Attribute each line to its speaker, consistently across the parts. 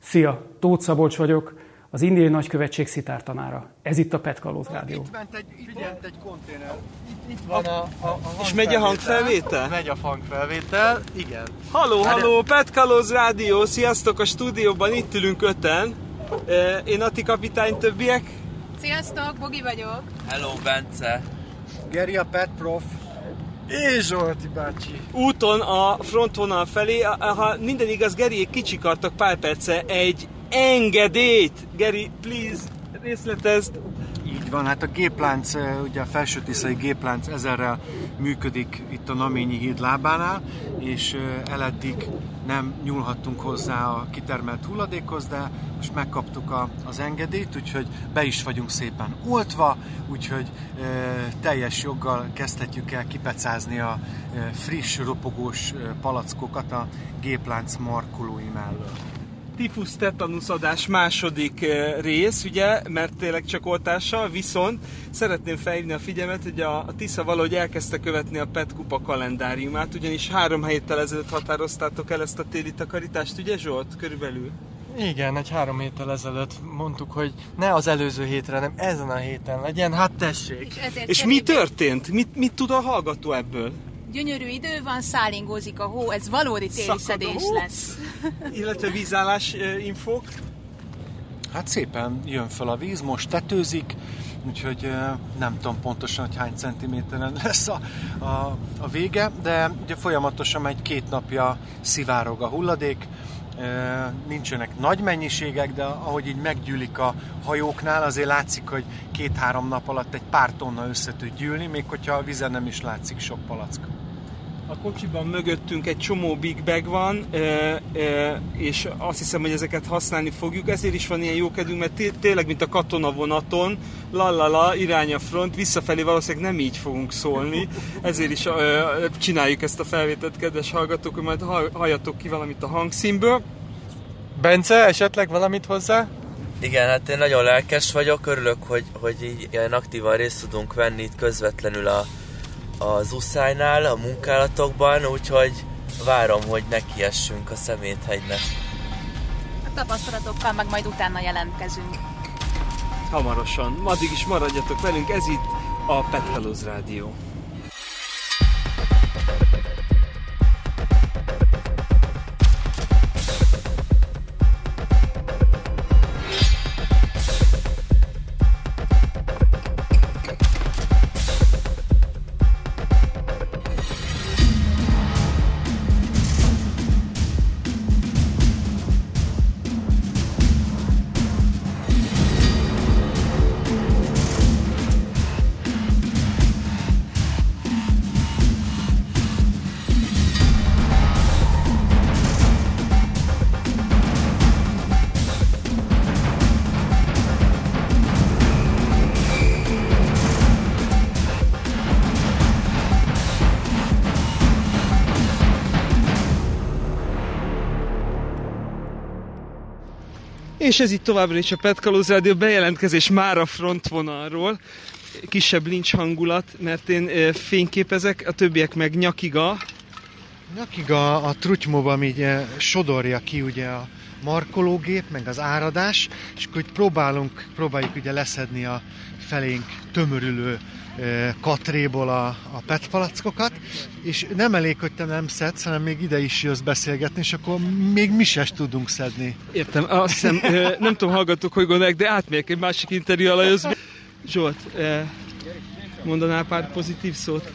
Speaker 1: Szia, Tóth Szabolcs vagyok, az indiai nagykövetség szitártanára. Ez itt a Petkalóz Rádió.
Speaker 2: Itt ment egy konténer. Itt van a
Speaker 3: és megy a hangfelvétel?
Speaker 2: Megy a hangfelvétel, igen.
Speaker 3: Halló, Petkalóz Rádió, sziasztok, a stúdióban itt ülünk 5-en. Én Ati kapitány, többiek.
Speaker 4: Sziasztok, Bogi vagyok.
Speaker 5: Hello, Bence.
Speaker 2: Geri a Pet Prof. És Zsolti bácsi.
Speaker 3: Úton a frontvonal felé, ha minden igaz, Geriék kicsikartak pár perce egy engedélyt. Geri, please, részletezd.
Speaker 2: Így van, hát a géplánc, ugye a Felső-Tiszai géplánc 1000-rel működik itt a Naményi híd lábánál, és eleddig nem nyúlhattunk hozzá a kitermelt hulladékhoz, de most megkaptuk az engedélyt, úgyhogy be is vagyunk szépen oltva, úgyhogy teljes joggal kezdhetjük el kipecázni a friss, ropogós palackokat a géplánc markolói mellől.
Speaker 3: Tifusz tetanusz adás második rész, ugye, mert tényleg csak oltással, viszont szeretném felhívni a figyelmet, hogy a Tisza valahogy elkezdte követni a Pet Kupa kalendáriumát, ugyanis 3 héttel ezelőtt határoztátok el ezt a téli takarítást, ugye Zsolt, körülbelül?
Speaker 6: Igen, egy 3 héttel ezelőtt mondtuk, hogy ne az előző hétre, hanem ezen a héten legyen, hát tessék!
Speaker 3: És mi történt? Mit tud a hallgató ebből?
Speaker 4: Gyönyörű idő van, szálingózik a hó, ez valódi téli szedés lesz.
Speaker 3: Illetve vízállás infók?
Speaker 2: Hát szépen jön fel a víz, most tetőzik, úgyhogy nem tudom pontosan, hogy hány centiméteren lesz a vége, de ugye folyamatosan egy 2 napja szivárog a hulladék, nincsenek nagy mennyiségek, de ahogy így meggyűlik a hajóknál, azért látszik, hogy 2-3 nap alatt egy pár tonna össze tud gyűlni, még hogyha a vízen nem is látszik sok palack.
Speaker 3: A kocsiban mögöttünk egy csomó big bag van, és azt hiszem, hogy ezeket használni fogjuk. Ezért is van ilyen jó kedvünk, mert tényleg, mint a katonavonaton, lalala, irány a front, visszafelé valószínűleg nem így fogunk szólni. Ezért is csináljuk ezt a felvételt, kedves hallgatók, hogy majd halljatok ki valamit a hangszínből.
Speaker 6: Bence, esetleg valamit hozzá?
Speaker 5: Igen, hát én nagyon lelkes vagyok, örülök, hogy így ilyen aktívan részt tudunk venni itt közvetlenül az Uszálynál, a munkálatokban, úgyhogy várom, hogy nekiessünk a Szeméthegynek.
Speaker 4: A tapasztalatokkal meg majd utána jelentkezünk.
Speaker 3: Hamarosan. Addig is maradjatok velünk, ez itt a Petkalóz Rádió. És ez itt továbbra is a Petkalóz Rádió, bejelentkezés már a frontvonalról. Kisebb lincs hangulat, mert én fényképezek, a többiek meg nyakiga.
Speaker 2: Nyakiga a trutymóban így sodorja ki ugye a markológép, meg az áradás, és akkor itt próbáljuk ugye leszedni a felénk tömörülő katréból a PET palackokat, és nem elég, hogy te nem szedsz, hanem még ide is jössz beszélgetni, és akkor még mi sem tudunk szedni.
Speaker 3: Értem, azt hiszem, nem tudom, hallgatok, hogy gondolják, de átmegyek egy másik interjú alajhoz. Zsolt, mondanál pár pozitív szót?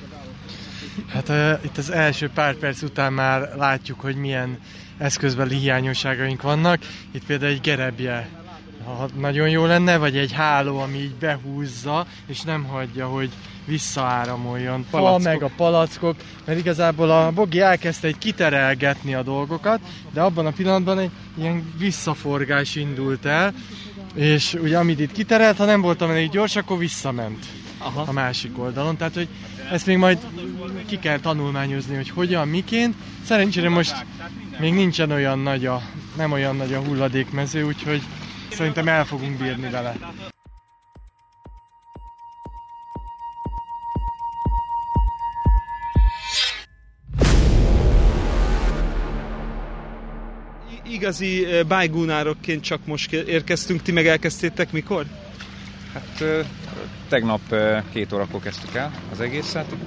Speaker 6: Hát itt az első pár perc után már látjuk, hogy milyen eszközbeli hiányosságaink vannak. Itt például egy gerebje, ha nagyon jó lenne, vagy egy háló, ami így behúzza, és nem hagyja, hogy visszaáramoljon. Meg a palackok, mert igazából a Bogi elkezdte egy kiterelgetni a dolgokat, de abban a pillanatban egy ilyen visszaforgás indult el, és ugye amit itt kiterelt, ha nem voltam elég gyors, akkor visszament. Aha. A másik oldalon. Tehát, hogy ezt még majd ki kell tanulmányozni, hogy hogyan, miként. Szerencsére most még nincsen olyan nagy nem olyan nagy a hulladékmező, úgyhogy szerintem el fogunk bírni vele.
Speaker 3: igazi bájgúnárokként csak most érkeztünk, ti meg elkezdtétek mikor?
Speaker 7: Hát tegnap 2 órakor kezdtük el az egészet.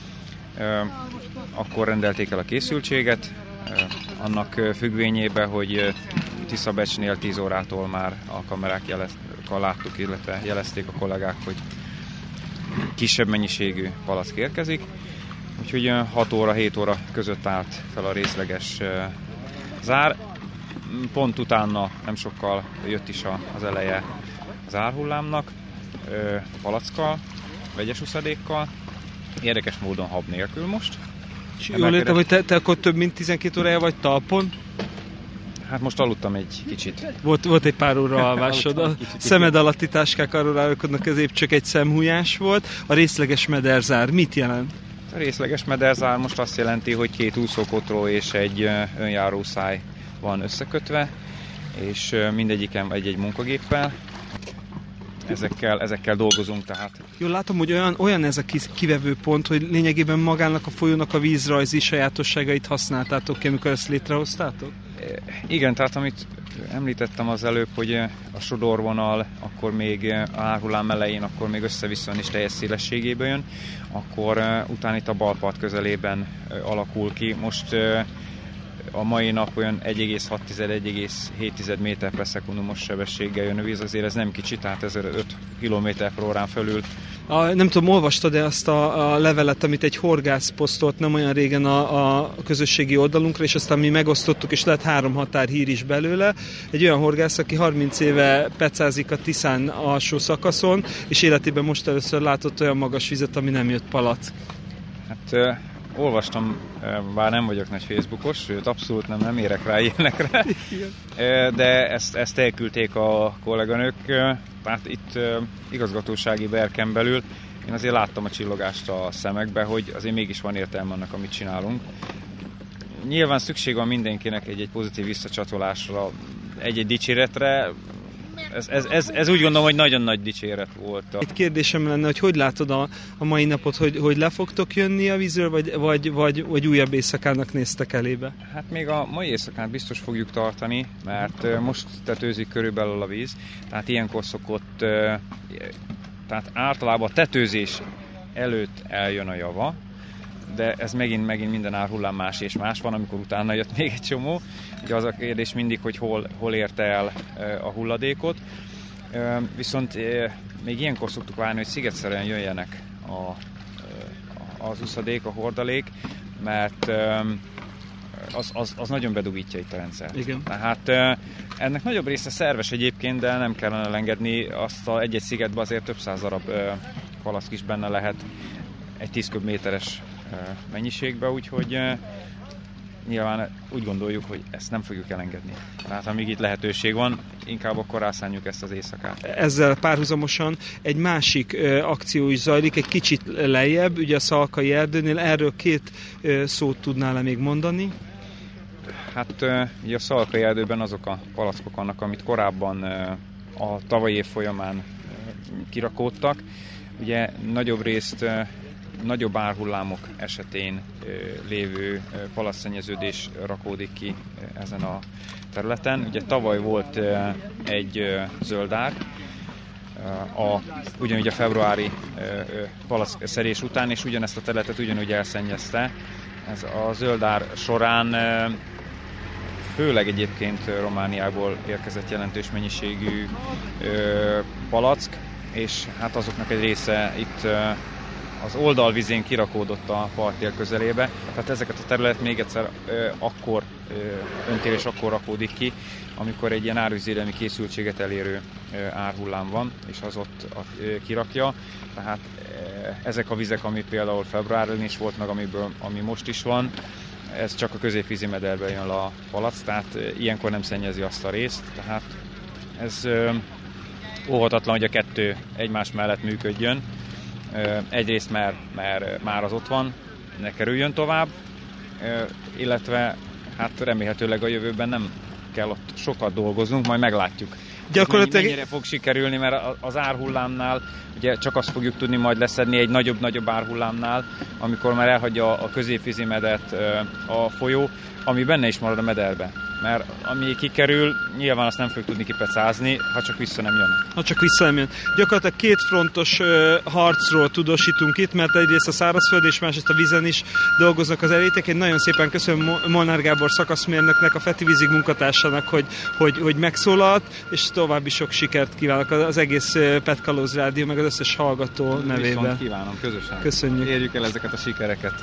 Speaker 7: Akkor rendelték el a készültséget, annak függvényében, hogy Tiszabecsnél 10 órától már a kamerákkal láttuk, illetve jelezték a kollégák, hogy kisebb mennyiségű palack érkezik. Úgyhogy 6 óra, 7 óra között állt fel a részleges zár. Pont utána nem sokkal jött is az eleje az árhullámnak, palackkal, vegyes uszadékkal, érdekes módon hab nélkül most.
Speaker 3: Jól értem, hogy te akkor több mint 12 órája vagy talpon?
Speaker 7: Hát most aludtam egy kicsit.
Speaker 3: Volt egy pár óra alvásod. A szemed alatti táskák arról ráölködnek, ez épp csak egy szemhújás volt. A részleges mederzár mit jelent?
Speaker 7: A részleges mederzár most azt jelenti, hogy 2 úszókotró és egy önjáró száj van összekötve, és mindegyiken egy munkagéppel. Ezekkel dolgozunk tehát.
Speaker 3: Jól látom, hogy olyan ez a kivevő pont, hogy lényegében magának a folyónak a vízrajzi sajátosságait használtátok ki, amikor ezt létrehoztátok?
Speaker 7: Igen, tehát amit említettem az előbb, hogy a sodorvonal akkor még árhullám elején, akkor még össze-vissza is teljes szélességében jön, akkor utána itt a balpart közelében alakul ki. Most a mai nap olyan 1,6-1,7 méter per szekundumos sebességgel jön a víz, azért ez nem kicsi, tehát ez 5 km/órán felül.
Speaker 3: Nem tudom, olvastad-e azt a levelet, amit egy horgász posztolt nem olyan régen a közösségi oldalunkra, és aztán mi megosztottuk, és lett 3 határhír is belőle. Egy olyan horgász, aki 30 éve pecázik a Tiszán alsó szakaszon, és életében most először látott olyan magas vizet, ami nem jött palack.
Speaker 7: Hát olvastam, bár nem vagyok nagy Facebookos, sőt abszolút nem érek rá ilyenekre, de ezt elküldték a kolléganők, tehát itt igazgatósági berken belül én azért láttam a csillogást a szemekbe, hogy azért mégis van értelme annak, amit csinálunk. Nyilván szükség van mindenkinek egy pozitív visszacsatolásra, egy dicséretre. Ez úgy gondolom, hogy nagyon nagy dicséret volt.
Speaker 3: Egy kérdésem lenne, hogy látod a mai napot, hogy le fogtok jönni a vízről, vagy újabb éjszakának néztek elébe?
Speaker 7: Hát még a mai éjszakát biztos fogjuk tartani, mert most tetőzik körülbelül a víz, tehát ilyenkor szokott, tehát általában a tetőzés előtt eljön a java, de ez megint minden árhullám más és más van, amikor utána jött még egy csomó. Ugye az a kérdés mindig, hogy hol érte el a hulladékot. Viszont még ilyenkor szoktuk várni, hogy szigetszerűen jöjjenek az uszadék, a hordalék, mert az nagyon bedugítja itt a rendszert.
Speaker 3: Igen.
Speaker 7: Tehát ennek nagyobb része szerves egyébként, de nem kellene elengedni, azt egy-egy szigetbe azért több száz darab palack is benne lehet egy 10 köbméteres mennyiségbe, úgyhogy nyilván úgy gondoljuk, hogy ezt nem fogjuk elengedni. Tehát amíg itt lehetőség van, inkább akkor rászánjuk ezt az éjszakát.
Speaker 3: Ezzel párhuzamosan egy másik akció is zajlik, egy kicsit lejjebb, ugye a Szalkai erdőnél. Erről 2 szót tudnál még mondani?
Speaker 7: Hát ugye a Szalkai erdőben azok a palackok vannak, amit korábban a tavalyi év folyamán kirakódtak. Ugye nagyobb részt nagyobb árhullámok esetén lévő palackszennyeződés rakódik ki ezen a területen. Ugye tavaly volt egy zöldár, ugyanúgy a februári palackszerés után, és ugyanezt a területet ugyanúgy elszennyezte. Ez a zöldár során főleg egyébként Romániából érkezett jelentős mennyiségű palack, és hát azoknak egy része itt az oldalvizén kirakódott a parttér közelébe, tehát ezeket a terület még egyszer akkor öntérés akkor rakódik ki, amikor egy ilyen árvízvédelmi készültséget elérő árhullám van, és az ott kirakja. Tehát ezek a vizek, ami például februárban is volt, meg ami most is van, ez csak a középvízi mederbe jön a palack, tehát ilyenkor nem szennyezi azt a részt, tehát ez óhatatlan, hogy a 2 egymás mellett működjön. Egyrészt, mert már az ott van, ne kerüljön tovább, illetve hát remélhetőleg a jövőben nem kell ott sokat dolgoznunk, majd meglátjuk. Gyakorlatilag mennyire fog sikerülni, mert az árhullámnál ugye csak azt fogjuk tudni majd leszedni egy nagyobb árhullámnál, amikor már elhagyja a középvízi medet a folyó, ami benne is marad a mederbe. Mert ami kikerül, nyilván azt nem fog tudni kipecázni, ha csak vissza nem jön.
Speaker 3: Gyakorlatilag két frontos harcról tudósítunk itt, mert egyrészt a szárazföld és másrészt a vízen is dolgoznak az elétek. Én nagyon szépen köszönöm Molnár Gábor szakaszmérnöknek, a Feti Vízig munkatársának, hogy megszólalt, és további sok sikert kívánok az egész Petkalóz Rádió, meg az összes hallgató nevében.
Speaker 7: Viszont kívánom közösen.
Speaker 3: Köszönjük.
Speaker 7: Érjük el ezeket a sikereket.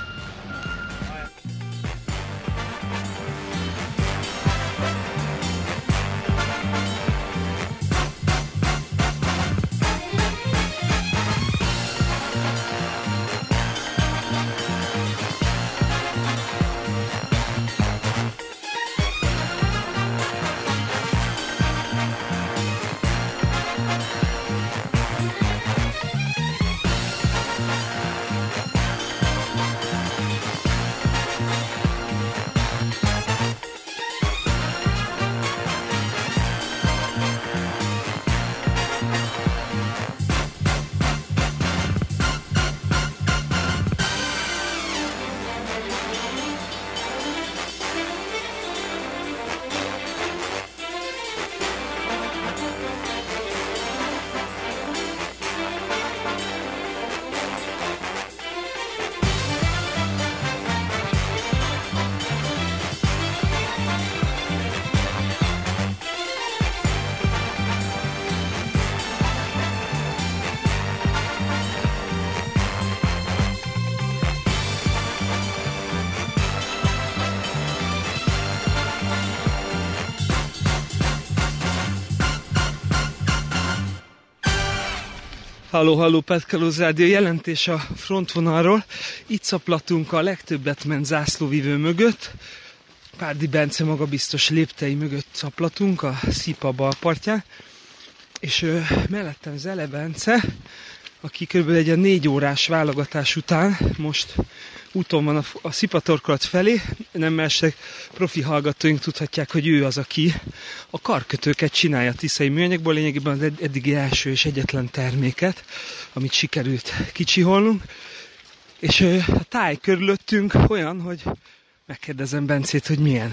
Speaker 3: Halló, Petkalóz Rádió, jelentés a frontvonalról. Itt szaplatunk a legtöbbet ment zászlóvivő mögött. Párdi Bence magabiztos léptei mögött szaplatunk a Szipa balpartján. És mellettem Zele Bence, aki kb. Egy 4 órás válogatás után most úton van a Szipa torkolat felé. Nem mellesleg profi hallgatóink tudhatják, hogy ő az, aki a karkötőket csinálja tiszai műanyagból, lényegében az eddigi első és egyetlen terméket, amit sikerült kicsiholnunk. És a táj körülöttünk olyan, hogy megkérdezem Bencét, hogy milyen.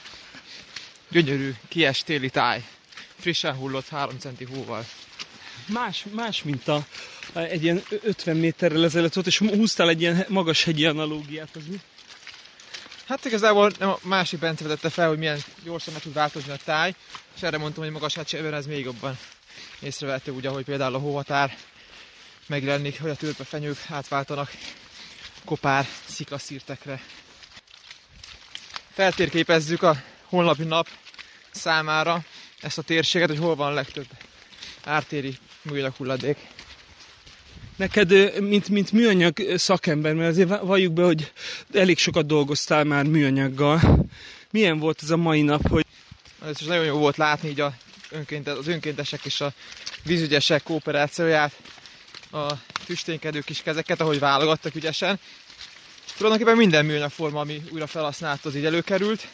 Speaker 8: Gyönyörű, kies téli táj. Frissen hullott 3 centi hóval.
Speaker 3: Más mint egy ilyen 50 méterrel ezelőtt volt, és húztál egy ilyen magas hegyi analógiát, az mi?
Speaker 8: Hát igazából nem a másik Bence vetette fel, hogy milyen gyorsan meg tud változni a táj, és erre mondtam, hogy magas hegységben ez még jobban észrevehető, úgy, ahogy például a hóhatár megjelenik, hogy a törpefenyők átváltanak kopár sziklaszírtekre. Feltérképezzük a honlapi nap számára ezt a térséget, hogy hol van a legtöbb ártéri műanyag hulladék.
Speaker 3: Neked, mint műanyag szakember, mert azért valljuk be, hogy elég sokat dolgoztál már műanyaggal. Milyen volt ez a mai nap? Hogy...
Speaker 8: Ez is nagyon jó volt látni így az önkéntesek és a vízügyesek kooperációját, a tüsténkedő kis kezeket, ahogy válogattak ügyesen. Tulajdonképpen minden műanyagforma, ami újra felhasznált, az így előkerült.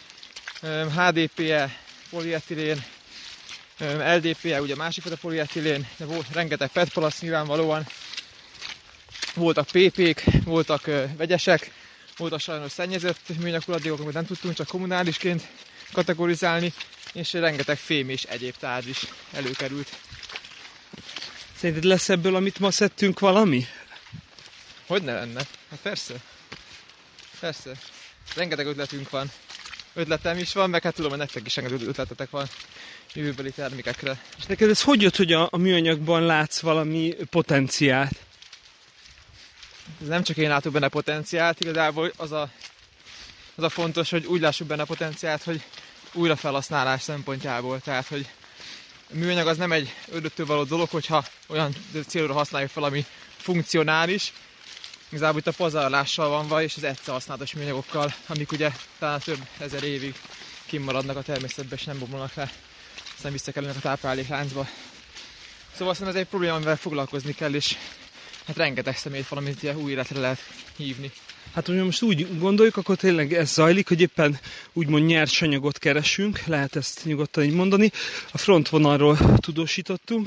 Speaker 8: HDPE, polietilén, LDPE, ugye másik fajta polietilén, de volt rengeteg PET-palasz nyilvánvalóan. Voltak PP-k, voltak vegyesek, voltak sajnos szennyezett műanyag hulladékok, amit nem tudtunk csak kommunálisként kategorizálni, és rengeteg fém és egyéb tárgy is előkerült.
Speaker 3: Szerinted lesz ebből, amit ma szedtünk, valami?
Speaker 8: Hogy ne lenne? Hát persze. Rengeteg ötletünk van. Ötletem is van, meg hát tudom, hogy nektek is rengeteg ötletetek van jövőbeli termékekre.
Speaker 3: És neked ez hogy jött, hogy a műanyagban látsz valami potenciált?
Speaker 8: Ez nem csak én látok benne potenciált, igazából az a fontos, hogy úgy lássuk benne potenciált, hogy újrafelhasználás szempontjából. Tehát, hogy a műanyag az nem egy öröttől való dolog, hogyha olyan célra használjuk fel, ami funkcionális. Igazából itt a pazarlással van vaj, és az egyszer használatos műanyagokkal, amik ugye talán több ezer évig kimaradnak a természetbe, és nem bomlanak le, aztán visszakerülnek a táplálékláncba. Szóval aztán ez egy probléma, amivel foglalkozni kell, és hát rengeteg szemét van, amit új életre lehet hívni.
Speaker 3: Hát, hogyha most úgy gondoljuk, akkor tényleg ez zajlik, hogy éppen úgymond nyersanyagot keresünk, lehet ezt nyugodtan így mondani. A frontvonalról tudósítottunk.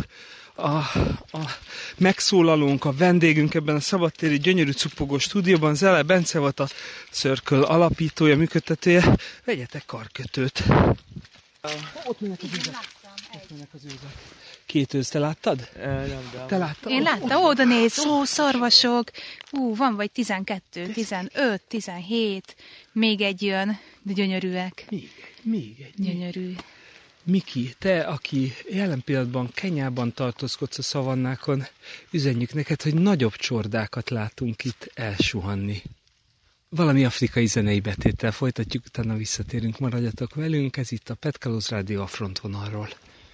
Speaker 3: a megszólalónk, a vendégünk ebben a szabadtéri gyönyörű cupogós stúdióban. Zele Bence volt a Circle alapítója, működtetője. Vegyetek karkötőt. Ott mennek az őzek. 2 őz, te láttad?
Speaker 5: Nem, de...
Speaker 3: Te láttad?
Speaker 4: Én láttam, oda néz, szarvasok. Van vagy 12, 15, 17. Még egy jön, de gyönyörűek.
Speaker 3: Még egy.
Speaker 4: Gyönyörű.
Speaker 3: Miki, te, aki jelen pillanatban Kenyában tartózkodsz a szavannákon, üzenjük neked, hogy nagyobb csordákat látunk itt elsuhanni. Valami afrikai zenei betéttel folytatjuk, utána visszatérünk, maradjatok velünk, ez itt a Petkalóz Rádió a frontvonalról.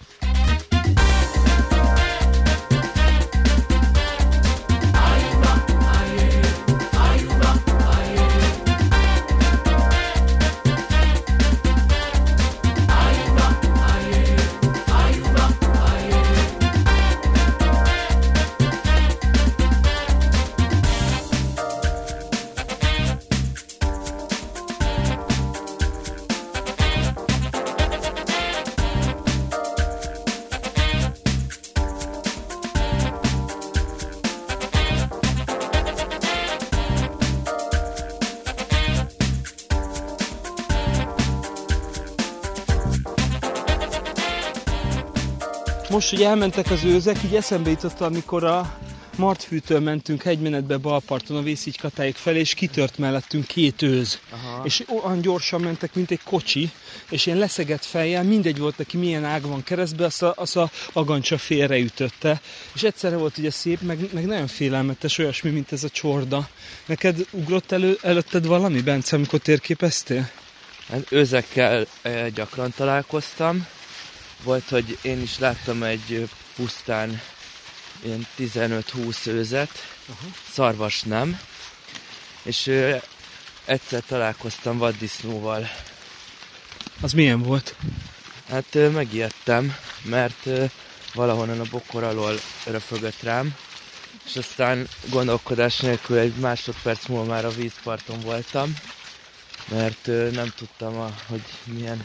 Speaker 3: Most, hogy elmentek az őzek, így eszembe jutott, amikor a Martfűtől mentünk hegymenetbe balparton a Vészigy-Katáig felé, és kitört mellettünk 2 őz. Aha. És olyan gyorsan mentek, mint egy kocsi, és ilyen leszegett fejjel, mindegy volt neki, milyen ág van keresztbe, azt a agancsa félreütötte. És egyszerre volt ugye szép, meg nagyon félelmetes, olyasmi, mint ez a csorda. Neked ugrott előtted valami, Bence, amikor térképeztél?
Speaker 5: Hát őzekkel gyakran találkoztam. Volt, hogy én is láttam egy pusztán ilyen 15-20 őzet, szarvas nem, és egyszer találkoztam vaddisznóval.
Speaker 3: Az milyen volt?
Speaker 5: Hát megijedtem, mert valahonnan a bokor alól röfögött rám, és aztán gondolkodás nélkül egy másodperc múlva már a vízparton voltam, mert nem tudtam, hogy milyen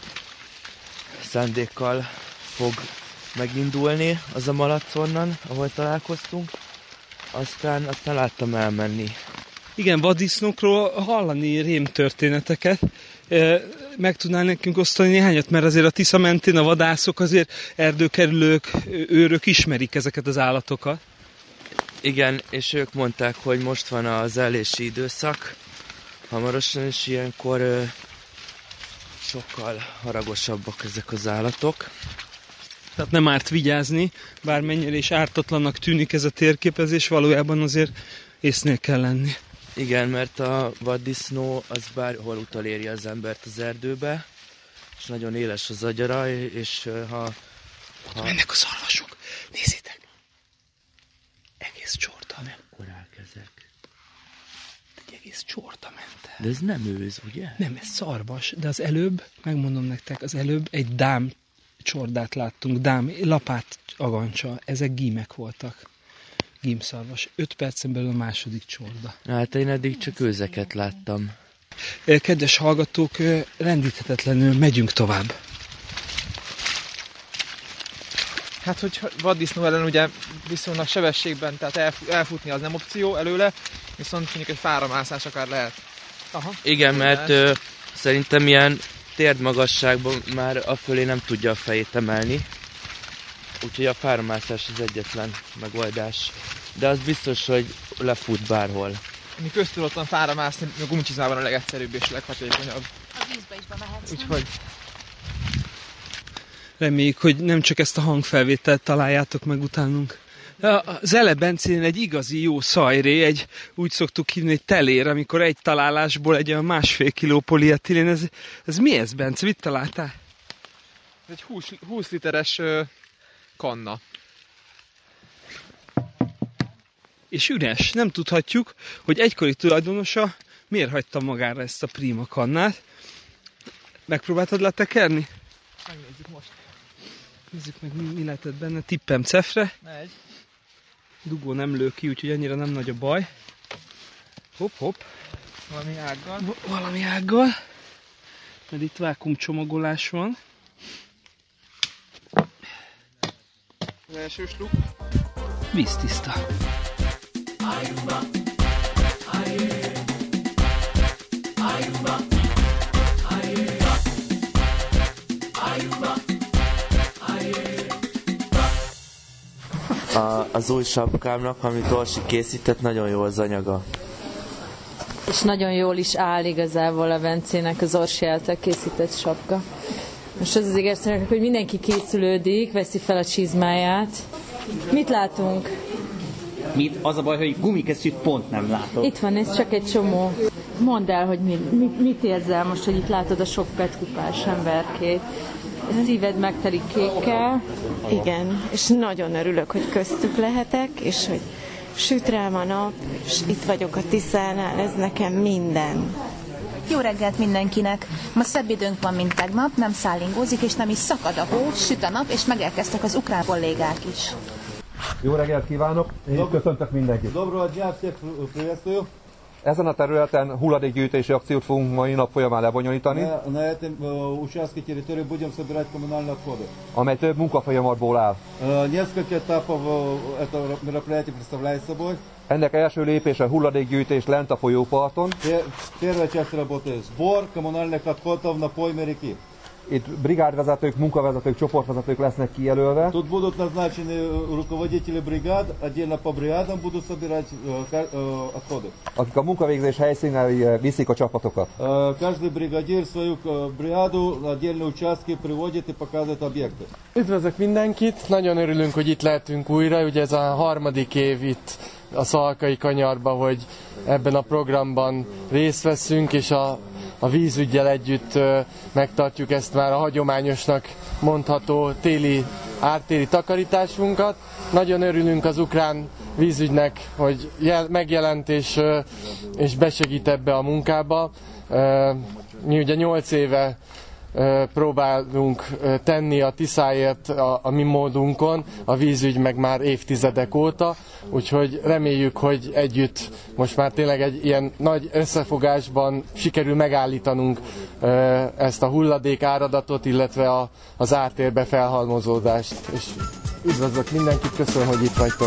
Speaker 5: szándékkal fog megindulni az a malac onnan, ahol találkoztunk. Aztán láttam elmenni.
Speaker 3: Igen, vaddisznókról hallani rémtörténeteket. Meg tudnál nekünk osztani néhányat, mert azért a Tisza mentén a vadászok, azért erdőkerülők, őrök ismerik ezeket az állatokat.
Speaker 5: Igen, és ők mondták, hogy most van az ellési időszak, hamarosan, és ilyenkor sokkal haragosabbak ezek az állatok.
Speaker 3: Tehát nem árt vigyázni, bármennyire is ártatlannak tűnik ez a térképezés, valójában azért észnél kell lenni.
Speaker 5: Igen, mert a vaddisznó az bárhol utoléri az embert az erdőbe, és nagyon éles az agyara, és ha...
Speaker 3: Mennek a szarvasok, nézzétek! Egész csorda.
Speaker 5: Mekkorák ezek?
Speaker 3: Egy egész csorda ment.
Speaker 5: De ez nem őz, ugye?
Speaker 3: Nem, ez szarvas, de az előbb, megmondom nektek, az előbb egy dám csordát láttunk, dám, lapát agancsa, ezek gímek voltak. Gímszarvas. 5 percen belül a második csorda.
Speaker 5: Hát én eddig csak őzeket láttam.
Speaker 3: Kedves hallgatók, rendíthetetlenül megyünk tovább.
Speaker 8: Hát, hogy vaddisznó ellen ugye viszonylag sebességben, tehát elfutni az nem opció előle, viszont mondjuk egy fáramászás akár lehet.
Speaker 3: Aha.
Speaker 5: Igen, mert szerintem ilyen térdmagasságban már afölé nem tudja a fejét emelni. Úgyhogy a fáramászás az egyetlen megoldás. De az biztos, hogy lefut bárhol.
Speaker 8: Mi köztudottan fáramászni a gumicsizmában a legegyszerűbb és leghatékonyabb.
Speaker 4: A vízbe is bemehetsz.
Speaker 8: Úgyhogy...
Speaker 3: Reméljük, hogy nem csak ezt a hangfelvételt találjátok meg utánunk. A Zele Bencén egy igazi jó szajré, úgy szoktuk hívni, egy telér, amikor egy találásból egy olyan 1,5 kiló polietilén. Ez mi ez, Bence? Mit találtál?
Speaker 8: Egy 20 literes kanna.
Speaker 3: És üres. Nem tudhatjuk, hogy egykori tulajdonosa miért hagyta magára ezt a prima kannát. Megpróbáltad letekerni?
Speaker 8: Megnézzük most.
Speaker 3: Nézzük meg, mi lehetett benne. Tippem cefre.
Speaker 8: Megy.
Speaker 3: Dugó nem lő ki, úgyhogy annyira nem nagy a baj. Hopp.
Speaker 8: Valami ággal.
Speaker 3: Valami ággal. Mert itt vákuumcsomagolás van.
Speaker 8: Az első sluk.
Speaker 9: Víztiszta.
Speaker 5: Az új sapkámnak, amit Orsi készített, nagyon jó az anyaga.
Speaker 10: És nagyon jól is áll igazából a Bencének az Orsi által készített sapka. Most az igazság, hogy mindenki készülődik, veszi fel a csizmáját. Mit látunk?
Speaker 9: Mit? Az a baj, hogy gumikesztyűt pont nem látok.
Speaker 10: Itt van, ez csak egy csomó. Mondd el, hogy mit érzel most, hogy itt látod a sok petkupás emberkét. Szíved megtelik kékkel.
Speaker 11: Igen, és nagyon örülök, hogy köztük lehetek, és hogy süt rám a nap, és itt vagyok a Tiszánál, ez nekem minden.
Speaker 12: Jó reggelt mindenkinek! Ma szebb időnk van, mint tegnap, nem szállingózik, és nem is szakad a hó, süt a nap, és megérkeztek az ukrán kollégák is.
Speaker 13: Jó reggelt kívánok! Én is köszöntök mindenkit! Ezen a területen hulladékgyűjtési akciót fogunk mai nap folyamán lebonyolítani, amely több munkafolyamatból áll. Ennek első lépése hulladékgyűjtés lent a folyóparton. Itt brigádvezetők, munkavezetők, csoportvezetők lesznek kijelölve.
Speaker 14: Тут будут назначены руководители бригад, отдельно по бригадам будут собирать отходы.
Speaker 13: Akik a munkavégzés helyszínére viszik a csapatokat.
Speaker 14: Каждый бригадир свою бригаду на отдельные участки приводит и показывает объекты.
Speaker 6: Üdvözlök mindenkit, nagyon örülünk, hogy itt lehetünk újra, ugye ez a harmadik év itt a Szalkai Kanyarban, hogy ebben a programban részt veszünk, és a vízüggyel együtt megtartjuk ezt már a hagyományosnak mondható ártéri takarításunkat. Nagyon örülünk az ukrán vízügynek, hogy megjelent és besegít ebbe a munkába. Mi ugye 8 éve próbálunk tenni a Tiszáért a mi módunkon, a vízügy meg már évtizedek óta, úgyhogy reméljük, hogy együtt most már tényleg egy ilyen nagy összefogásban sikerül megállítanunk ezt a hulladék áradatot, illetve az ártérbe felhalmozódást. És üdvözlök mindenkit, köszönöm, hogy itt vagytok!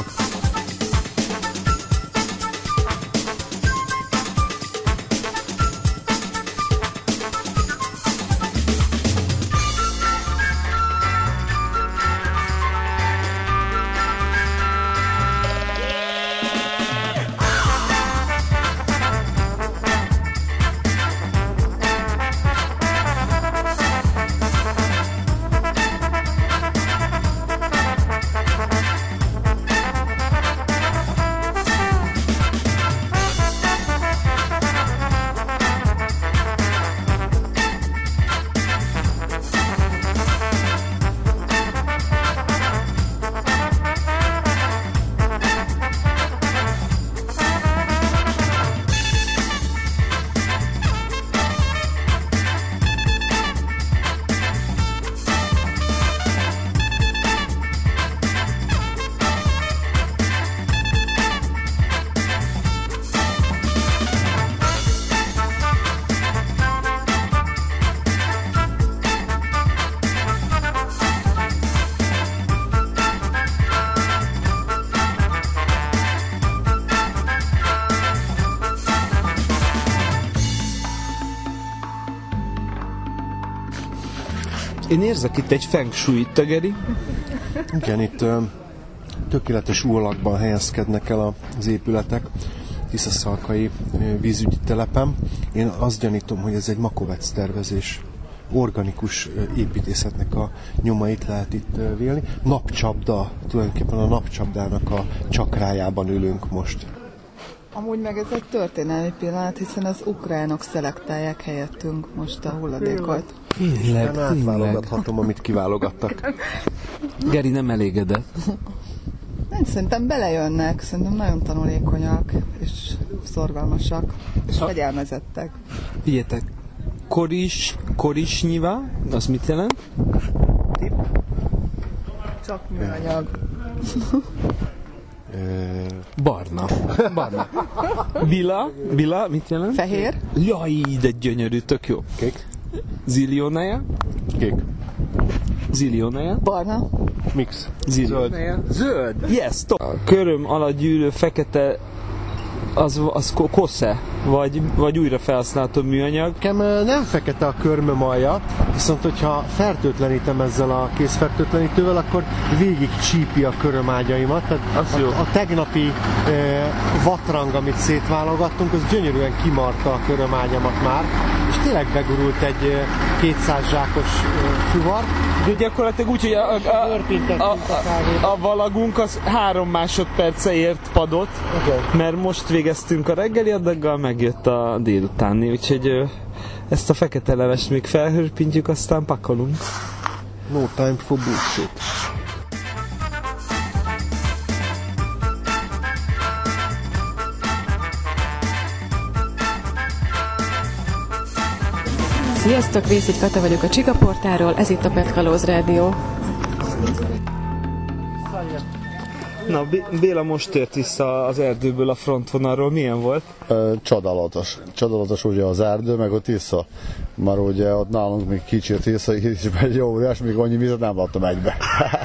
Speaker 9: Én érzek itt egy feng shui, te Geri?
Speaker 15: Igen, itt tökéletes ólakban helyezkednek el az épületek Tiszaszalkai vízügyi telepen. Én azt gyanítom, hogy ez egy Makovec tervezés. Organikus építészetnek a nyomait lehet itt vélni. Napcsapda, tulajdonképpen a napcsapdának a csakrájában ülünk most.
Speaker 16: Amúgy meg ez egy történelmi pillanat, hiszen az ukránok szelektálják helyettünk most a hulladékot.
Speaker 15: Tényleg. Átválogathatom, amit kiválogattak.
Speaker 9: Geri nem elégedett.
Speaker 16: Szerintem belejönnek, szerintem nagyon tanulékonyak, és szorgalmasak, és fegyelmezettek.
Speaker 9: Figyeljetek, korisnyiva, az mit jelent?
Speaker 16: Csak műanyag.
Speaker 9: Barna. Bila, mit jelent?
Speaker 16: Fehér.
Speaker 9: Jaj, de gyönyörű, tök jó.
Speaker 15: Kék.
Speaker 9: Zilionája?
Speaker 15: Kék.
Speaker 3: Zilionaja.
Speaker 16: Barna.
Speaker 15: Mix.
Speaker 3: Zilionaja. Zöld. Yes, top. A köröm alatt gyűrő fekete az kosze, vagy újra felhasználható műanyag.
Speaker 15: Nekem nem fekete a körmöm alja, viszont hogyha fertőtlenítem ezzel a kézfertőtlenítővel, akkor végig csípi a körömágyaimat. Tehát a tegnapi vatrang, amit szétválogattunk, az gyönyörűen kimarta a körömágyamat már, és tényleg begurult egy 200 zsákos fuvar.
Speaker 3: De gyakorlatilag úgy, hogy a valagunk az 3 másodperce ért padot, mert most végeztünk a reggeli adaggal, megjött a délutáni, úgyhogy ezt a fekete levest még felhörpintjük, aztán pakolunk.
Speaker 15: No time for bullshit.
Speaker 17: Sziasztok, Vészik Kata vagyok a Csikaportáról, ez itt a Petkalóz Rádió.
Speaker 3: Na, Béla most tért vissza az erdőből, a frontvonalról. Milyen volt?
Speaker 18: Csodálatos. Csodálatos ugye az erdő, meg a Tisza. Már ugye ott nálunk még kicsi a Tisza, és egy jó óriás, még annyi vizet nem láttam egybe.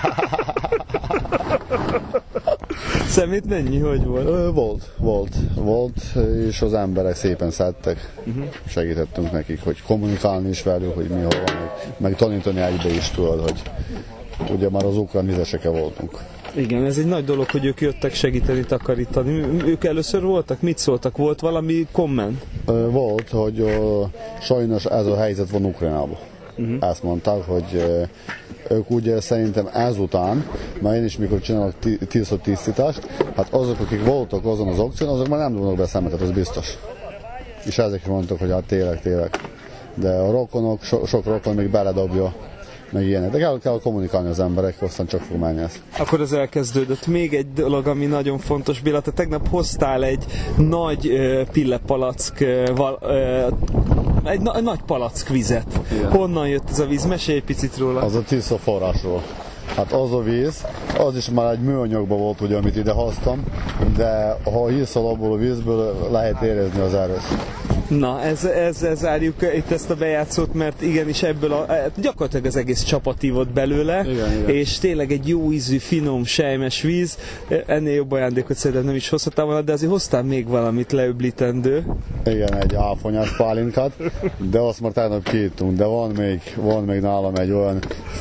Speaker 3: Szemét mennyi? Hogy volt?
Speaker 18: Volt, és az emberek szépen szedtek. Segítettünk nekik, hogy kommunikálni is velük, hogy mi hol van, meg tanítani egybe is tudod, hogy ugye már az ukrán vizeseke voltunk.
Speaker 3: Igen, ez egy nagy dolog, hogy ők jöttek segíteni, takarítani. Ők először voltak? Mit szóltak? Volt valami komment?
Speaker 18: Volt, hogy sajnos ez a helyzet van Ukrajnában. Ezt mondták, hogy ők ugye szerintem ezután, már én is mikor csinálok tisztítást, hát azok, akik voltak azon az aukción, azok már nem dobnak be szemetet, az biztos. És ezek mondtak, hogy hát tényleg. De a rokonok, sok rokon még beledobja, meg ilyenek. De kell kommunikálni az emberek, aztán csak fog menni ez.
Speaker 3: Akkor az elkezdődött. Még egy dolog, ami nagyon fontos, Béla, te tegnap hoztál egy nagy pillepalack, egy nagy palack vizet. Igen. Honnan jött ez a víz? Mesélj egy picit róla.
Speaker 18: Az a Tisza forrásról. Hát az a víz, az is már egy műanyagban volt, ugye, amit ide hoztam, de ha hiszol abból a vízből, lehet érezni az erőt.
Speaker 3: Na, ezzel zárjuk itt ezt a bejátszót, mert igenis ebből gyakorlatilag az egész csapat ívott belőle, igen. És tényleg egy jó ízű, finom, sejmes víz. Ennél jobb ajándékot szerintem nem is hozhatál volna, de azért hoztál még valamit leöblítendő.
Speaker 18: Igen, egy áfonyás pálinkát, de azt már tegnap kiittunk, de van még nálam egy olyan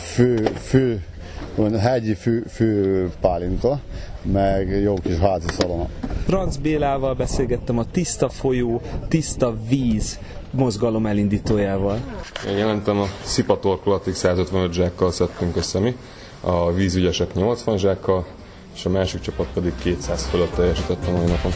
Speaker 18: hegyi fő pálinka, meg jó kis házi szalona.
Speaker 3: Franc Bélával beszélgettem a Tiszta folyó, tiszta víz mozgalom elindítójával.
Speaker 19: Én jelentem, a Szipa torkolatig 155 zsákkal szedtünk össze mi, a vízügyesek 80 zsákkal, és a másik csapat pedig 200 fölött teljesített a mai napon.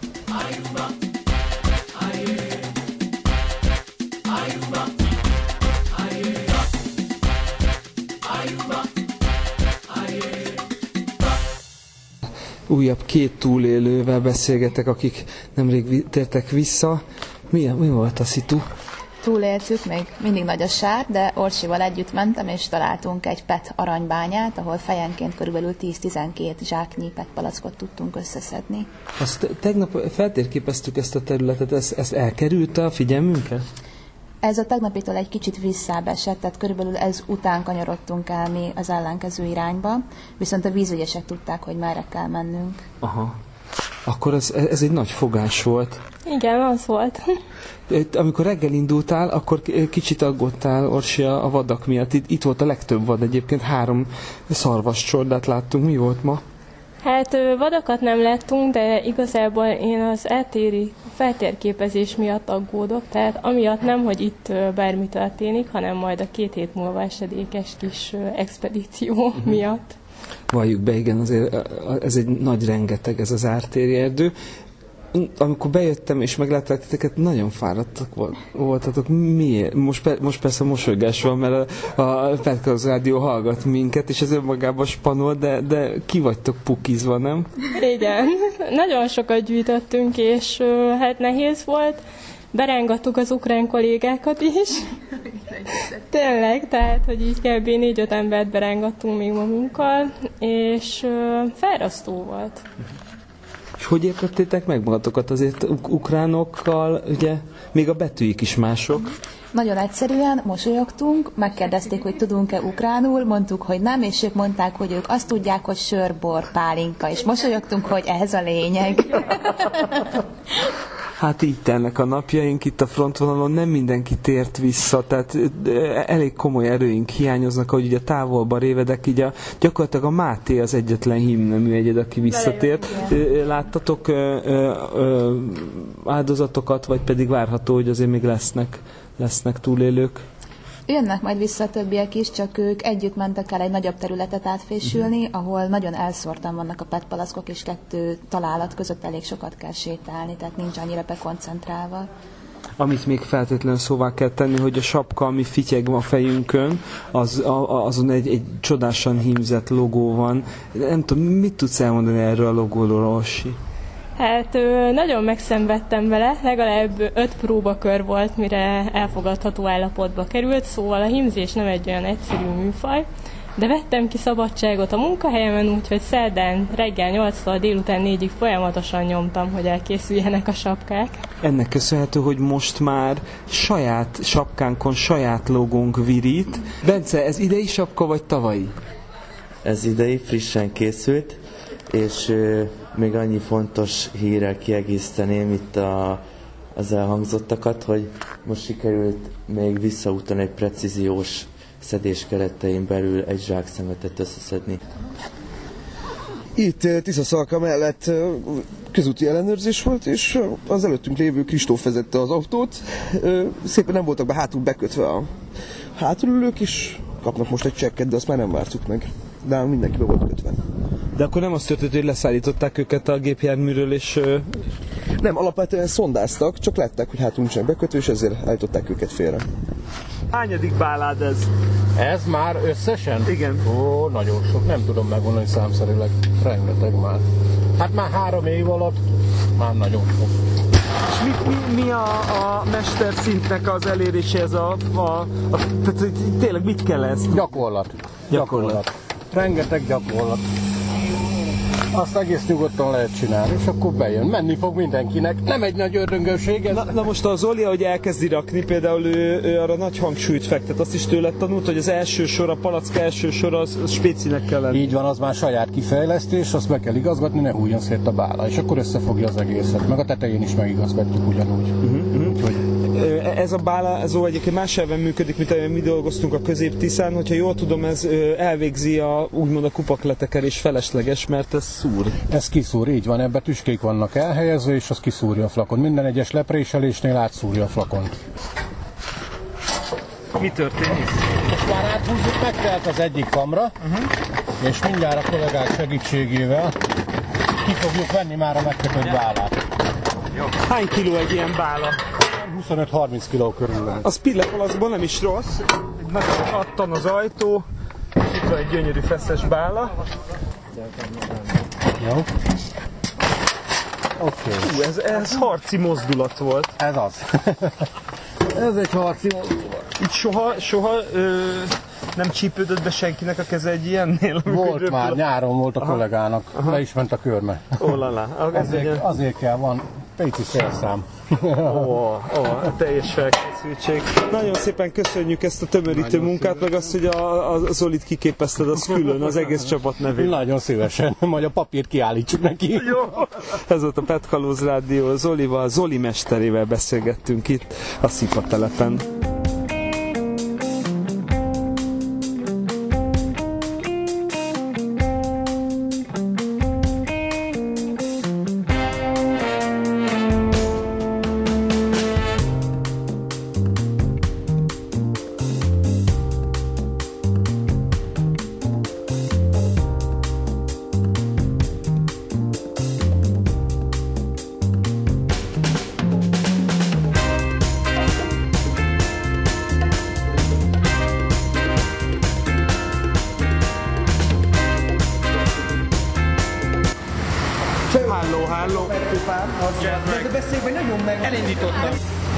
Speaker 3: Újabb 2 túlélővel beszélgetek, akik nemrég tértek vissza. Mi volt a szitu?
Speaker 12: Túléltük, még mindig nagy a sár, de Orsival együtt mentem, és találtunk egy PET aranybányát, ahol fejenként körülbelül 10-12 zsáknyi PET palackot tudtunk összeszedni.
Speaker 3: Tegnap feltérképeztük ezt a területet, ez elkerült a figyelmünkre?
Speaker 12: Ez a tegnapitől egy kicsit visszább esett, tehát körülbelül ez után kanyarodtunk el mi az ellenkező irányba, viszont a vízügyesek tudták, hogy merre kell mennünk. Aha.
Speaker 3: Akkor ez egy nagy fogás volt.
Speaker 20: Igen, az volt.
Speaker 3: Amikor reggel indultál, akkor kicsit aggódtál, Orsi, a vadak miatt. Itt volt a legtöbb vad egyébként, 3 szarvascsordát láttunk. Mi volt ma?
Speaker 20: Hát vadakat nem láttunk, de igazából én az eltéri feltérképezés miatt aggódok, tehát amiatt nem, hogy itt bármi történik, hanem majd a 2 hét múlva esedékes kis expedíció miatt.
Speaker 3: Valljuk be, igen, azért ez egy nagy rengeteg, ez az ártéri erdő. Amikor bejöttem és meglátták titeket, nagyon fáradtak voltatok. Miért? Most persze mosolygás van, mert a Petkalóz Rádió hallgat minket, és ez önmagában spanol, de ki vagytok pukizva, nem?
Speaker 20: Igen, nagyon sokat gyűjtöttünk, és hát nehéz volt. Berángattuk az ukrán kollégákat is. Tényleg, tehát, hogy így kb. 4-5 embert berángattunk még magunkkal, és fárasztó volt.
Speaker 3: És hogy értettétek meg magatokat? Azért ukránokkal, ugye, még a betűik is mások.
Speaker 12: Nagyon egyszerűen mosolyogtunk, megkérdezték, hogy tudunk-e ukránul, mondtuk, hogy nem, és ők mondták, hogy ők azt tudják, hogy sör, bor, pálinka, és mosolyogtunk, hogy ez a lényeg.
Speaker 21: Hát így telnek a napjaink itt a frontvonalon, nem mindenki tért vissza, tehát elég komoly erőink hiányoznak, ahogy ugye távolba révedek, így gyakorlatilag a Máté az egyetlen himnemű egyed, aki visszatért. Láttatok áldozatokat, vagy pedig várható, hogy azért még lesznek túlélők?
Speaker 12: Jönnek majd vissza a többiek is, csak ők együtt mentek el egy nagyobb területet átfésülni, ahol nagyon elszórtan vannak a petpalackok, és 2 találat között elég sokat kell sétálni, tehát nincs annyira bekoncentrálva.
Speaker 21: Amit még feltétlenül szóvá kell tenni, hogy a sapka, ami fityeg a fejünkön, azon egy csodásan hímzett logó van. Nem tudom, mit tudsz elmondani erről a logóról, Orsi?
Speaker 20: Hát nagyon megszenvedtem vele, legalább 5 próbakör volt, mire elfogadható állapotba került, szóval a hímzés nem egy olyan egyszerű műfaj, de vettem ki szabadságot a munkahelyemen, úgyhogy szerdán reggel 8-tól délután 4-ig folyamatosan nyomtam, hogy elkészüljenek a sapkák.
Speaker 21: Ennek köszönhető, hogy most már saját sapkánkon saját logónk virít. Bence, ez idei sapka vagy tavalyi?
Speaker 5: Ez idei, frissen készült, és még annyi fontos hírrel kiegészíteném itt az elhangzottakat, hogy most sikerült még visszaúton egy precíziós szedés keretein belül egy zsákszemetet összeszedni.
Speaker 22: Itt Tiszaszalka mellett közúti ellenőrzés volt, és az előttünk lévő Kristóf vezette az autót. Szépen nem voltak be hátul bekötve a hátulülők, és kapnak most egy csekket, de azt már nem vártuk meg. De mindenki be volt kötve.
Speaker 21: De akkor nem azt történt, hogy leszállították őket a gépjárműről, és...
Speaker 22: Nem, alapvetően szondáztak, csak látták, hogy hátul nincsenek bekötve, és ezért állították őket félre.
Speaker 21: Hányadik bálád ez?
Speaker 23: Ez már összesen?
Speaker 21: Igen.
Speaker 23: Ó, nagyon sok, nem tudom megmondani számszerűleg, rengeteg már. Hát már 3 év alatt már nagyon sok.
Speaker 21: És mi a mesterszintnek az elérése ez tehát tényleg mit kell ez?
Speaker 23: Gyakorlat. Rengeteg gyakorlat. Azt egész nyugodtan lehet csinálni, és akkor bejön. Menni fog mindenkinek. Nem egy nagy ördöngőség ez.
Speaker 21: Na most a Zoli, ahogy elkezdi rakni, például ő arra nagy hangsúlyt fektet. Azt is tőle tanult, hogy az első sor, a palack első sor az spécinek kell lenni.
Speaker 23: Így van, az már saját kifejlesztés, azt meg kell igazgatni, ne hújjon szét a bála. És akkor összefogja az egészet. Meg a tetején is megigazgatjuk ugyanúgy. Úgyhogy...
Speaker 21: Ez a bálázó egyébként más elven működik, mint ahogy mi dolgoztunk a Közép-Tiszán. Hogyha jól tudom, ez elvégzi úgymond a kupakletekerés felesleges, mert ez szúr.
Speaker 23: Ez kiszúr, így van, ebbe tüskék vannak elhelyezve, és az kiszúrja a flakon. Minden egyes lepréselésnél átszúrja a flakont.
Speaker 21: Mi történik?
Speaker 23: Most már áthúzzuk, megtelt az egyik kamra, és mindjárt a kollégák segítségével ki fogjuk venni már a megkötött bálát.
Speaker 21: Jó. Hány kiló egy ilyen bála?
Speaker 23: 25-30 kiló körül van.
Speaker 21: Az pillepalacból nem is rossz. Egy nagyon attan az ajtó, itt van egy gyönyörű feszes bála.
Speaker 23: Jó. Oké.
Speaker 21: Ez harci mozdulat volt.
Speaker 23: Ez az. Ez egy harci mozdulat.
Speaker 21: Itt soha nem csípődött be senkinek a keze egy ilyennél?
Speaker 23: Volt már, nyáron volt a kollégának, le is ment a körme. Azért kell, van pici szélszám.
Speaker 21: Teljes felkészültség. Nagyon szépen köszönjük ezt a tömörítő munkát, meg azt, hogy a Zolit kiképezted, az külön, az egész csapat nevét.
Speaker 23: Nagyon szívesen, majd a papírt kiállítsuk neki.
Speaker 21: Jó. Ez volt a Petkalóz Rádió Zolival, Zoli mesterével beszélgettünk itt a Szipatelepen.
Speaker 24: Halló. Elindítottam.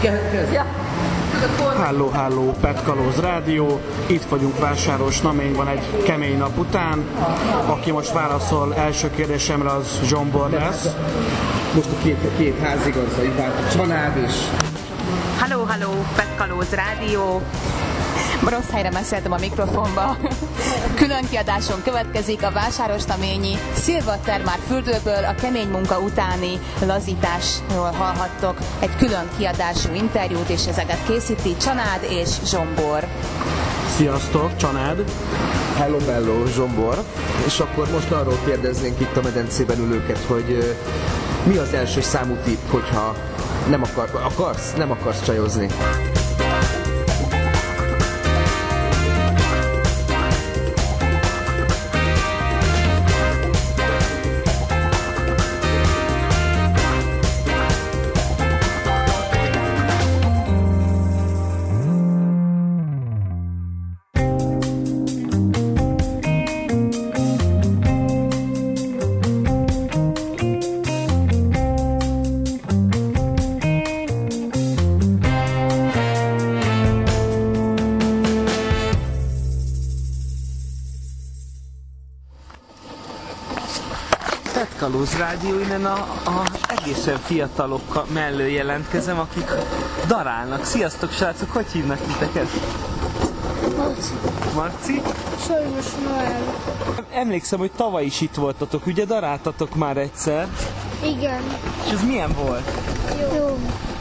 Speaker 24: Halló, Petkalóz Rádió. Itt vagyunk Vásáros-Naményban egy kemény nap után. Aki most válaszol első kérdésemre, az Zsombor lesz.
Speaker 25: Most a két házigazda, itt Csanád is.
Speaker 24: Halló,
Speaker 12: halló, Petkalóz Rádió. Rossz helyre beszéltem a mikrofonba. Külön kiadáson következik a vásárosnaményi Szilvatermár fürdőből a kemény munka utáni lazításról hallhattok egy külön kiadású interjút, és ezeket készíti Csanád és Zsombor.
Speaker 24: Sziasztok, Csanád!
Speaker 1: Hello, bello, Zsombor. És akkor most arról kérdeznénk itt a medencében ülőket, hogy mi az első számú tipp, hogyha nem akarsz csajozni?
Speaker 21: Petkalóz Rádió, innen a egészen fiatalok mellől jelentkezem, akik darálnak. Sziasztok, srácok, hogy hívnak titeket?
Speaker 2: Marci.
Speaker 21: Marci?
Speaker 2: Sajnos Noel.
Speaker 21: Emlékszem, hogy tavaly is itt voltatok, ugye daráltatok már egyszer?
Speaker 2: Igen.
Speaker 21: És ez milyen volt?
Speaker 2: Jó.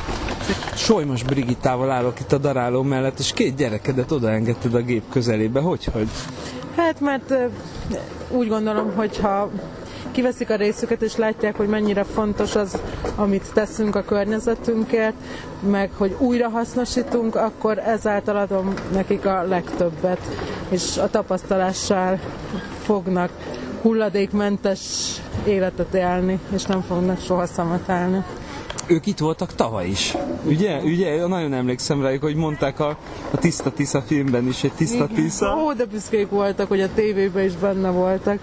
Speaker 21: Solymos Brigittával állok itt a daráló mellett, és két gyerekedet odaengedted a gép közelébe. Hogy?
Speaker 4: Hát, mert úgy gondolom, hogy ha kiveszik a részüket, és látják, hogy mennyire fontos az, amit teszünk a környezetünkért, meg hogy újra hasznosítunk, akkor ezáltal adom nekik a legtöbbet, és a tapasztalással fognak hulladékmentes életet élni, és nem fognak soha szemetelni.
Speaker 21: Ők itt voltak tavaly is, ugye? Nagyon emlékszem rájuk, hogy mondták a Tiszta Tisza filmben is, egy Tiszta Tisza.
Speaker 4: Ó, de büszkék voltak, hogy a tévében is benne voltak.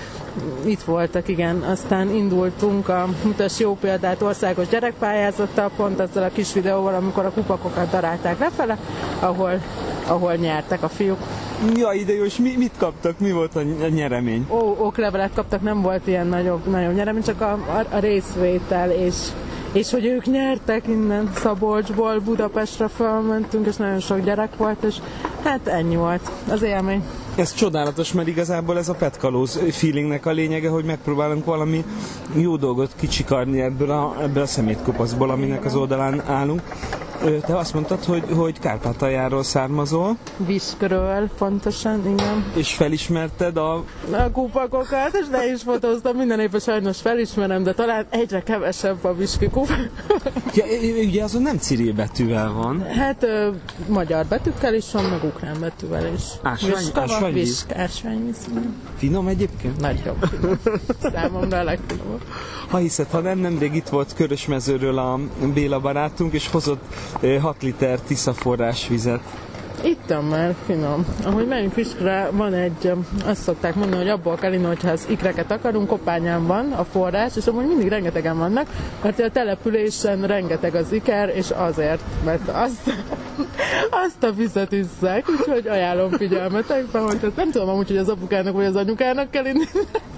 Speaker 4: Itt voltak, igen. Aztán indultunk a Mutass jó példát országos gyerekpályázattal, pont ezzel a kis videóval, amikor a kupakokat darálták lefele, ahol nyertek a fiúk.
Speaker 21: Ja, ide jó, és mit kaptak? Mi volt a nyeremény?
Speaker 4: Oklevelet kaptak, nem volt ilyen nagyobb nyeremény, csak a részvétel, és hogy ők nyertek innen Szabolcsból, Budapestre felmentünk, és nagyon sok gyerek volt, és hát ennyi volt az élmény.
Speaker 21: Ez csodálatos, mert igazából ez a Petkalóz feelingnek a lényege, hogy megpróbálunk valami jó dolgot kicsikarni ebből a szemétkopaszból, aminek az oldalán állunk. Te azt mondtad, hogy Kárpátaljáról származol.
Speaker 4: Viskről, pontosan, igen.
Speaker 21: És felismerted a
Speaker 4: kupakokat, és le is fotóztam, minden évben sajnos felismerem, de talán egyre kevesebb a viski kupak.
Speaker 21: Ja, ugye azon nem Ciril betűvel van.
Speaker 4: Hát magyar betűkkel is van, meg ukrán betűvel is.
Speaker 21: Ásványvíz.
Speaker 4: Ásványvíz.
Speaker 21: Finom egyébként?
Speaker 4: Nagyon finom. Számomra a legfinomabb.
Speaker 21: Ha hiszed, ha nemrég itt volt Körösmezőről a Béla barátunk, és hozott 6 liter Tisza forrásvizet.
Speaker 4: Ittam már, finom. Ahogy megyünk Fiskre, van egy, azt szokták mondani, hogy abból kell inni, hogyha az ikreket akarunk, Kopányán van a forrás, és amúgy mindig rengetegen vannak, mert a településen rengeteg az iker, és azért, mert azt a vizet isszák, úgyhogy ajánlom figyelmetekbe, hogy nem tudom amúgy, hogy az apukának vagy az anyukának kell inni.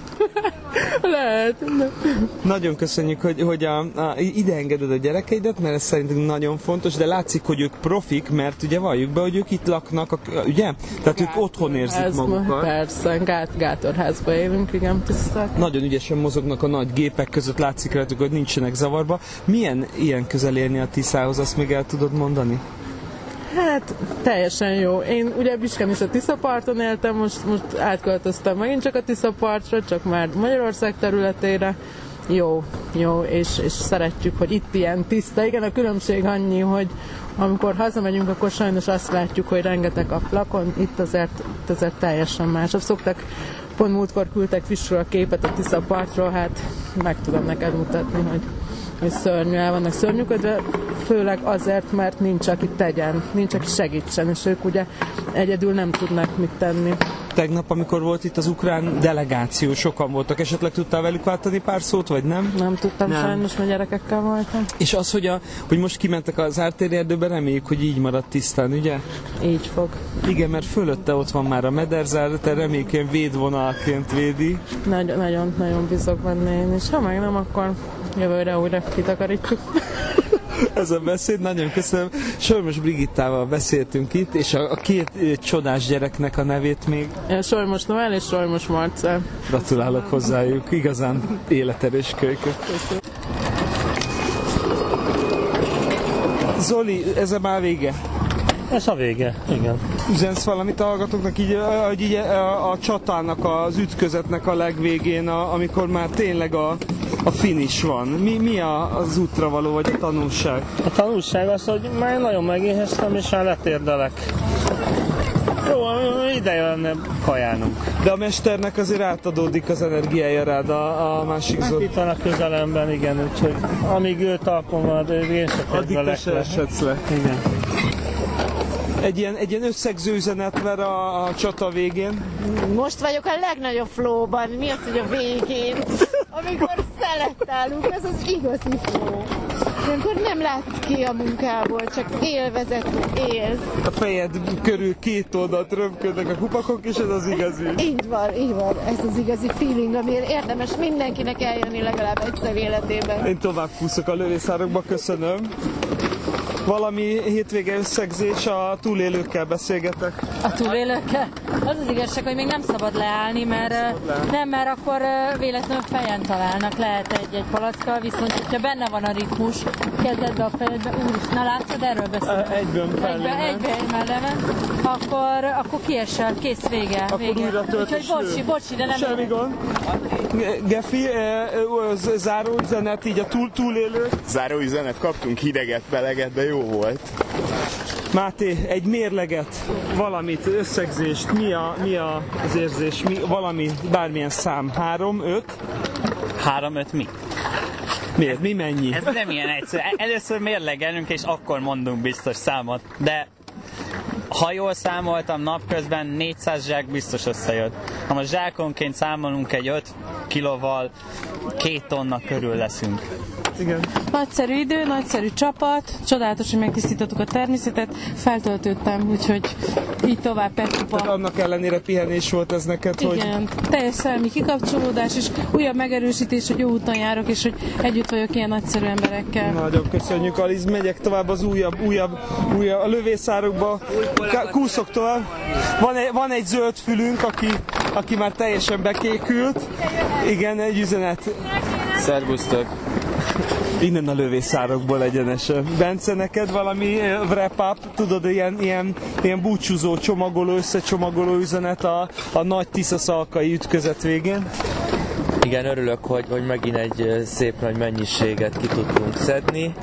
Speaker 4: Lehet.
Speaker 21: Nagyon köszönjük, hogy ide engeded a gyerekeidet, mert ez szerintünk nagyon fontos, de látszik, hogy ők profik, mert ugye valljuk be, hogy ők itt laknak, ugye? Tehát ők otthon érzik magukat.
Speaker 4: Persze, gátorházban élünk, igen, tiszták.
Speaker 21: Nagyon ügyesen mozognak a nagy gépek között, látszik rajtuk, hogy nincsenek zavarba. Milyen ilyen közel élni a Tiszához, azt még el tudod mondani?
Speaker 4: Hát, teljesen jó. Én ugye Biskán is a Tiszaparton éltem, most átköltöztem megint csak a Tiszapartra, csak már Magyarország területére. Jó, és szeretjük, hogy itt ilyen tiszta. Igen, a különbség annyi, hogy amikor hazamegyünk, akkor sajnos azt látjuk, hogy rengeteg a flakon, itt azért teljesen más. Szoktak, pont múltkor küldtek Fiskről a képet a Tiszapartról, hát meg tudom neked mutatni, hogy szörnyű, el vannak szörnyűködve, főleg azért, mert nincs, aki tegyen, nincs, aki segítsen, és ők ugye egyedül nem tudnak mit tenni.
Speaker 21: Tegnap, amikor volt itt az ukrán delegáció, sokan voltak, esetleg tudtál velük váltani pár szót, vagy nem?
Speaker 4: Nem tudtam, sajnos, mert gyerekekkel voltam.
Speaker 21: És az, hogy most kimentek az ártéri erdőbe, reméljük, hogy így marad tisztán, ugye?
Speaker 4: Így fog.
Speaker 21: Igen, mert fölötte ott van már a mederzár, te reméljük ilyen védvonalként védi.
Speaker 4: Nagyon bízok benne én is. Ha meg nem, akkor jövőre újra kitakarítjuk.
Speaker 24: Ez a beszéd, nagyon köszönöm. Solymos Brigittával beszéltünk itt, és a két csodás gyereknek a nevét még.
Speaker 4: Solymos Noel és Solymos Marcell.
Speaker 24: Gratulálok hozzájuk, igazán életerős kölykök. Zoli, ez a már vége?
Speaker 7: Ez a vége, igen.
Speaker 3: Üzensz valamit a hallgatóknak így a csatának, az ütközetnek a legvégén, amikor már tényleg a finish van. Mi az útra való, vagy a tanulság?
Speaker 7: A tanulság az, hogy már nagyon megéheztem, és már letérdelek. Jó, ideje lenne kajálnunk.
Speaker 3: De a mesternek azért átadódik az energiája rád a másik Zoli.
Speaker 7: Itt van a közelemben, igen, úgyhogy amíg ő talpon van, én se
Speaker 3: addig te eshetsz le.
Speaker 7: Igen.
Speaker 3: Egy ilyen összegző üzenet ver a csata végén.
Speaker 8: Most vagyok a legnagyobb flowban. Mi az, hogy a végén? Amikor szelektálunk, ez az igazi flow. Amikor nem látsz ki a munkából, csak élvezetnek élsz.
Speaker 3: A fejed körül két oldalt röpködnek a kupakok, és ez az igazi.
Speaker 8: Így van. Ez az igazi feeling, amiért érdemes mindenkinek eljönni legalább egyszer életében.
Speaker 3: Én tovább fúszok a lövészárokba, köszönöm. Valami hétvége összegzés, a túlélőkkel beszélgetek.
Speaker 10: A túlélőkkel? Az az igazság, hogy még nem szabad leállni, mert akkor véletlenül fejen találnak, lehet egy palackkal, viszont hogyha benne van a ritmus, kezedbe a fejedbe, na látszod, erről beszélünk.
Speaker 3: Egyben
Speaker 10: mellem, akkor kiesel, kész, vége.
Speaker 3: Akkor újra töltés.
Speaker 10: Úgyhogy bocsi, de nem...
Speaker 3: Semmi gond. Gefi, záró üzenet, így a túlélő.
Speaker 11: Záró üzenet, kaptunk hideget, beleget, de jó volt.
Speaker 3: Máté, egy mérleget, valamit, összegzést, mi az érzés, valami, bármilyen szám, 3, 5?
Speaker 25: 3-5 mi?
Speaker 3: Miért? Mi mennyi?
Speaker 25: Ez nem ilyen egyszerű. Először mérlegelünk, és akkor mondunk biztos számot, de ha jól számoltam, napközben 400 zsák biztos összejött. Ha most zsákonként számolunk egy 5 kilóval, 2 tonna körül leszünk.
Speaker 3: Igen.
Speaker 10: Nagyszerű idő, nagyszerű csapat, csodálatos, hogy megtisztítottuk a természetet, feltöltöttem, úgyhogy így tovább Petkupa.
Speaker 3: Annak ellenére pihenés volt ez neked,
Speaker 10: igen, hogy... teljes szellemi kikapcsolódás, és újabb megerősítés, hogy jó úton járok, és hogy együtt vagyok ilyen nagyszerű emberekkel.
Speaker 3: Nagyon köszönjük, Aliz, megyek tovább az újabb a lövészárokba, kúszok tovább. Van egy zöld fülünk, aki már teljesen bekékült. Igen, egy üzenet.
Speaker 25: Szervusztok!
Speaker 3: Innen a lövészárokból egyenesen. Bence, neked valami wrap-up, tudod, ilyen búcsúzó, összecsomagoló üzenet a nagy tiszaszalkai ütközet végén?
Speaker 5: Igen, örülök, hogy megint egy szép nagy mennyiséget ki tudtunk szedni,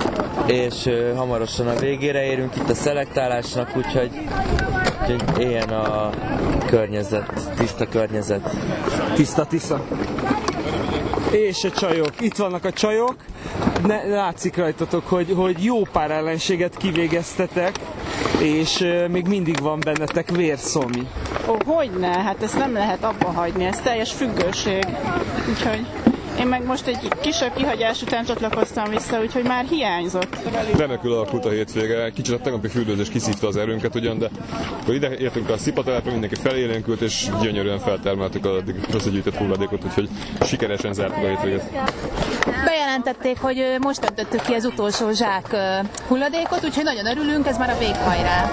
Speaker 5: és hamarosan a végére érünk itt a szelektálásnak, úgyhogy éljen a környezet, tiszta környezet.
Speaker 3: Tiszta. És a csajok. Itt vannak a csajok. Látszik rajtatok, hogy jó pár ellenséget kivégeztetek, és még mindig van bennetek vérszomi.
Speaker 26: Hogyne, hát ezt nem lehet abba hagyni, ez teljes függőség. Úgyhogy én meg most egy kisebb kihagyás után csatlakoztam vissza, úgyhogy már hiányzott.
Speaker 19: Remekül alakult a hétvége, kicsit a tegnapi fürdőzés kiszívta az erőnket ugyan, de akkor ide értünk a szipatelepre, mindenki felélénkült, és gyönyörűen feltermeltük az addig összegyűjtött hulladékot, úgyhogy sikeresen zártuk a hétvégét.
Speaker 12: Bejelentették, hogy most öntöttük ki az utolsó zsák hulladékot, úgyhogy nagyon örülünk, ez már a véghajrá.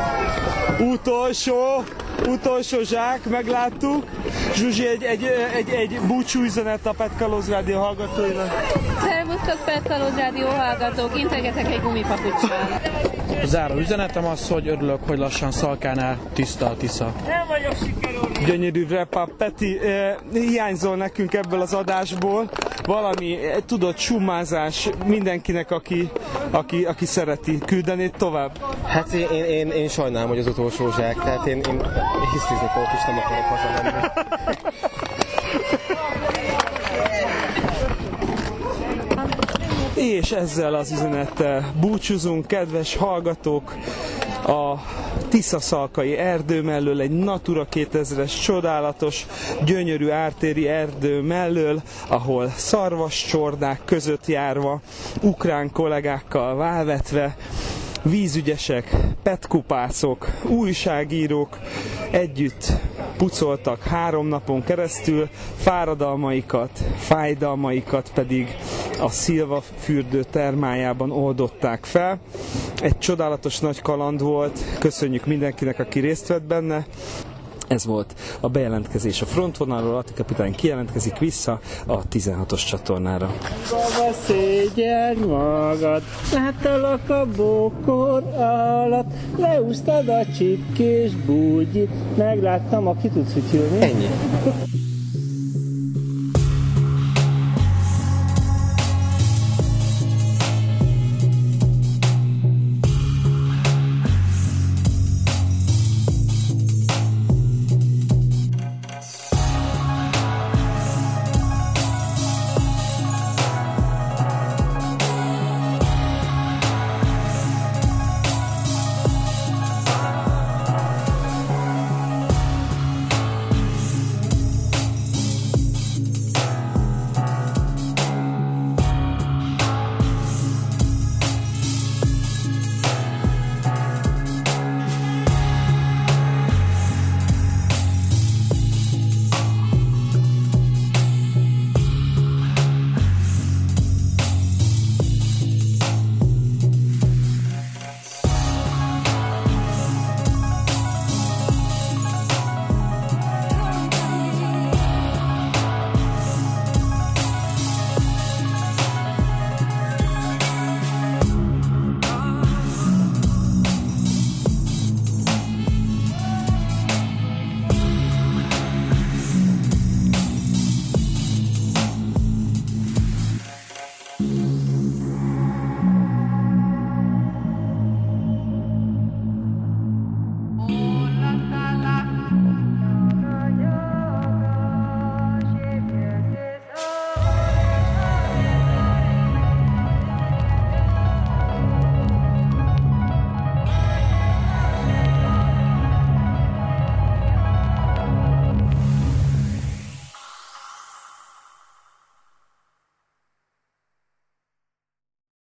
Speaker 3: Utolsó zsák, megláttuk. Zsuzsi, egy búcsú üzenet a Petkalóz Rádió hallgatóinak.
Speaker 10: Szervusztok, Petkalóz Rádió hallgatók, integetek egy gumipapuccsal.
Speaker 24: A záró üzenetem az, hogy örülök, hogy lassan Szalkánál tiszta a Tisza. Nem vagyok sikerülni.
Speaker 3: Gyönyörű wrap-up. Peti, hiányzol nekünk ebből az adásból. Valami, tudod, summázás mindenkinek, aki szereti. Küldenéd tovább?
Speaker 27: Hát én sajnálom, hogy az utolsó zsák, tehát én hisztizni fogok, és nem akarok hazamenni.
Speaker 3: És ezzel az üzenettel búcsúzunk, kedves hallgatók! A tiszaszalkai erdő mellől, egy Natura 2000-es csodálatos, gyönyörű ártéri erdő mellől, ahol szarvascsordák között járva, ukrán kollégákkal válvetve, vízügyesek, petkupászok, újságírók együtt
Speaker 21: pucoltak 3 napon keresztül, fájdalmaikat pedig a Szilva fürdő termájában oldották fel. Egy csodálatos nagy kaland volt, köszönjük mindenkinek, aki részt vett benne. Ez volt a bejelentkezés a frontvonalról, Ati kapitány kijelentkezik vissza a 16-os csatornára.
Speaker 7: Baba, szégyelj magad, láttalak a bokor alatt, leúsztad a csipkés búgyit, megláttam, aki tudsz ütyülni.
Speaker 27: Ennyi.